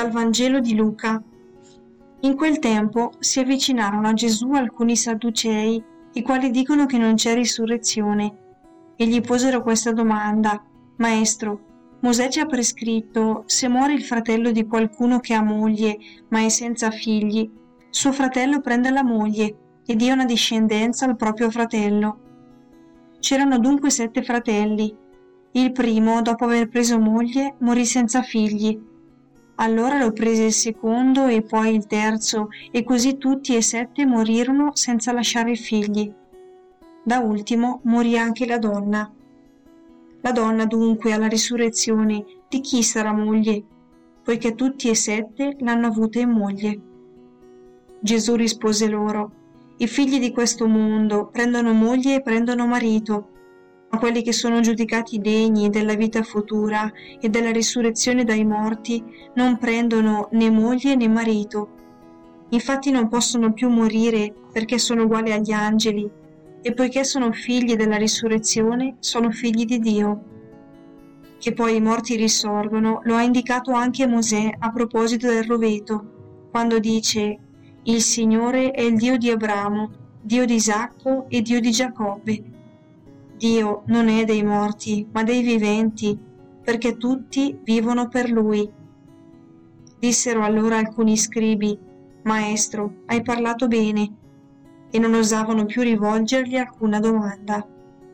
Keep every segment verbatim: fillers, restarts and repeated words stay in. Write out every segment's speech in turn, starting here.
Dal Vangelo di Luca. In quel tempo si avvicinarono a Gesù alcuni Sadducei, i quali dicono che non c'è risurrezione, e gli posero questa domanda: Maestro, Mosè ci ha prescritto, se muore il fratello di qualcuno che ha moglie, ma è senza figli, suo fratello prende la moglie e dia una discendenza al proprio fratello. C'erano dunque sette fratelli. Il primo, dopo aver preso moglie, morì senza figli. Allora lo prese il secondo e poi il terzo, e così tutti e sette morirono senza lasciare figli. Da ultimo morì anche la donna. La donna dunque alla risurrezione di chi sarà moglie, poiché tutti e sette l'hanno avuta in moglie? Gesù rispose loro: i figli di questo mondo prendono moglie e prendono marito, ma quelli che sono giudicati degni della vita futura e della risurrezione dai morti non prendono né moglie né marito. Infatti non possono più morire perché sono uguali agli angeli, e poiché sono figli della risurrezione, sono figli di Dio. Che poi i morti risorgono lo ha indicato anche Mosè a proposito del roveto, quando dice: il Signore è il Dio di Abramo, Dio di Isacco e Dio di Giacobbe. Dio non è dei morti, ma dei viventi, perché tutti vivono per Lui. Dissero allora alcuni scribi: Maestro, hai parlato bene, e non osavano più rivolgergli alcuna domanda.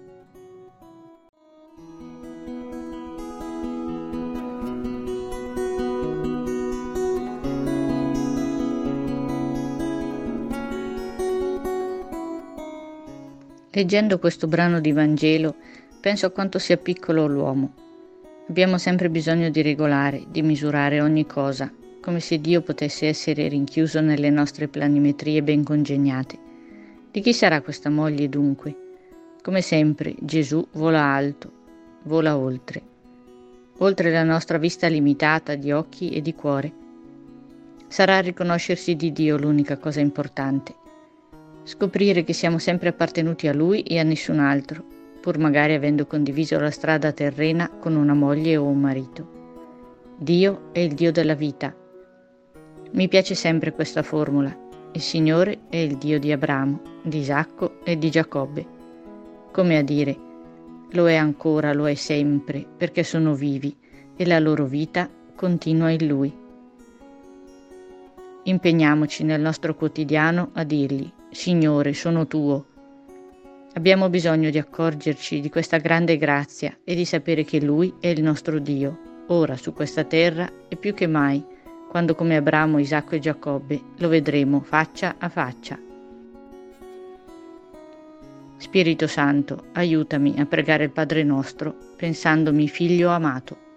Leggendo questo brano di Vangelo, penso a quanto sia piccolo l'uomo. Abbiamo sempre bisogno di regolare, di misurare ogni cosa, come se Dio potesse essere rinchiuso nelle nostre planimetrie ben congegnate. Di chi sarà questa moglie dunque? Come sempre, Gesù vola alto, vola oltre, oltre la nostra vista limitata di occhi e di cuore. Sarà riconoscersi di Dio l'unica cosa importante. Scoprire che siamo sempre appartenuti a Lui e a nessun altro, pur magari avendo condiviso la strada terrena con una moglie o un marito. Dio è il Dio della vita. Mi piace sempre questa formula. Il Signore è il Dio di Abramo, di Isacco e di Giacobbe. Come a dire, lo è ancora, lo è sempre, perché sono vivi e la loro vita continua in Lui. Impegniamoci nel nostro quotidiano a dirgli: Signore, sono tuo. Abbiamo bisogno di accorgerci di questa grande grazia e di sapere che Lui è il nostro Dio, ora su questa terra e più che mai, quando come Abramo, Isacco e Giacobbe lo vedremo faccia a faccia. Spirito Santo, aiutami a pregare il Padre nostro, pensandomi figlio amato.